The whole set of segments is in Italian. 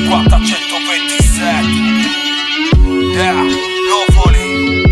50 127. Yeah, Lovoli.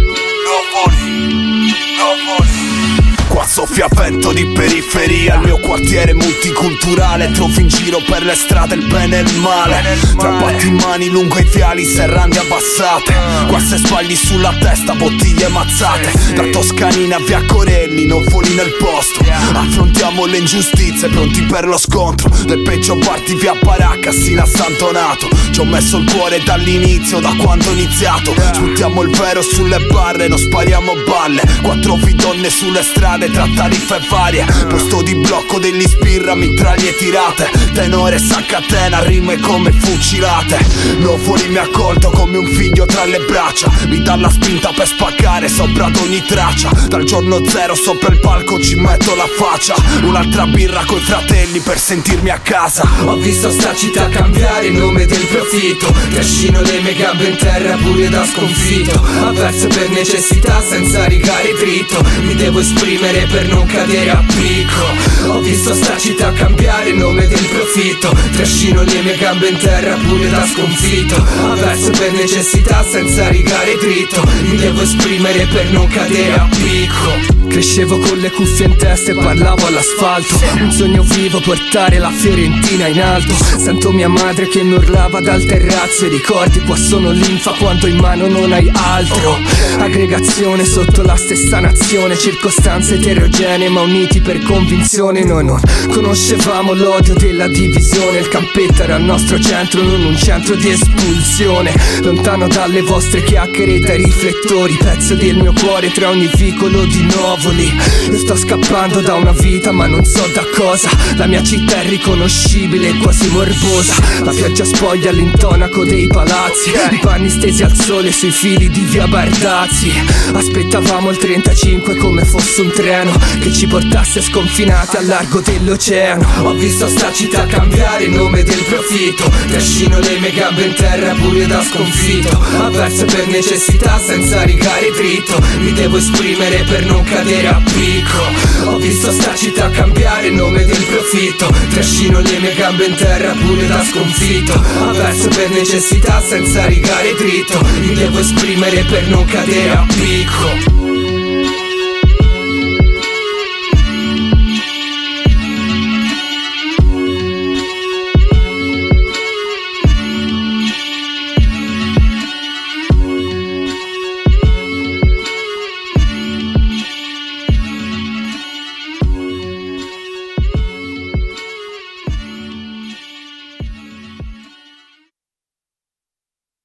Qua soffia vento di periferia, il mio quartiere multiculturale. Trovo in giro per le strade il bene e il male, tra battimani lungo i viali, serrande abbassate. Qua se sbagli sulla testa bottiglie mazzate. Da Toscanina a via Corelli, non voli nel posto. Affrontiamo le ingiustizie, pronti per lo scontro. Del peggio parti via Baracca sino a San Donato. Ci ho messo il cuore dall'inizio, da quando ho iniziato. Sputiamo il vero sulle barre, non spariamo balle. Qua trovi donne sulle strade tra tariffe varie. Posto di blocco degli spirra, mitraglie tirate. Tenore sa catena, rime come fucilate. Lovoli mi ha colto come un figlio tra le braccia. Mi dà la spinta per spaccare sopra ad ogni traccia. Dal giorno zero sopra il palco ci metto la faccia. Un'altra birra coi fratelli per sentirmi a casa. Ho visto sta città cambiare in nome del profitto. Trascino le mie gambe in terra pure da sconfitto. Avverso per necessità senza rigare dritto. Mi devo esprimere per non cadere a picco. Ho visto sta città cambiare in nome del profitto. Trascino le mie gambe in terra pure da sconfitto. Avverso per necessità senza rigare dritto. Mi devo esprimere per non cadere a picco. Crescevo con le cuffie in testa e parlavo all'asfalto. Un sogno vivo, portare la Fiorentina in alto. Sento mia madre che mi urlava dal terrazzo. E ricordi qua sono linfa quando in mano non hai altro. Aggregazione sotto la stessa nazione. Circostanze eterogenee ma uniti per convinzione. Noi non conoscevamo l'odio della divisione. Il campetto era il nostro centro, non un centro di espulsione. Lontano dalle vostre chiacchiere e dai riflettori. Pezzo del mio cuore tra ogni vicolo di Novoli. Io sto scappando da una vita ma non so da cosa. La mia città è riconoscibile e quasi morbosa. La pioggia spoglia l'intonaco dei palazzi. I panni stesi al sole sui fili di via Bardazzi. Aspettavamo il 35 come fosse un treno che ci portasse sconfinati al largo dell'oceano. Ho visto sta città cambiare in nome del profitto. Trascino le mie gambe in terra pure da sconfitto. Avverso per necessità senza rigare dritto. Mi devo esprimere per non cadere a picco. Ho visto sta città cambiare in nome del profitto. Trascino le mie gambe in terra pure da sconfitto. Avverso per necessità senza rigare dritto. Mi devo esprimere per non cadere a picco.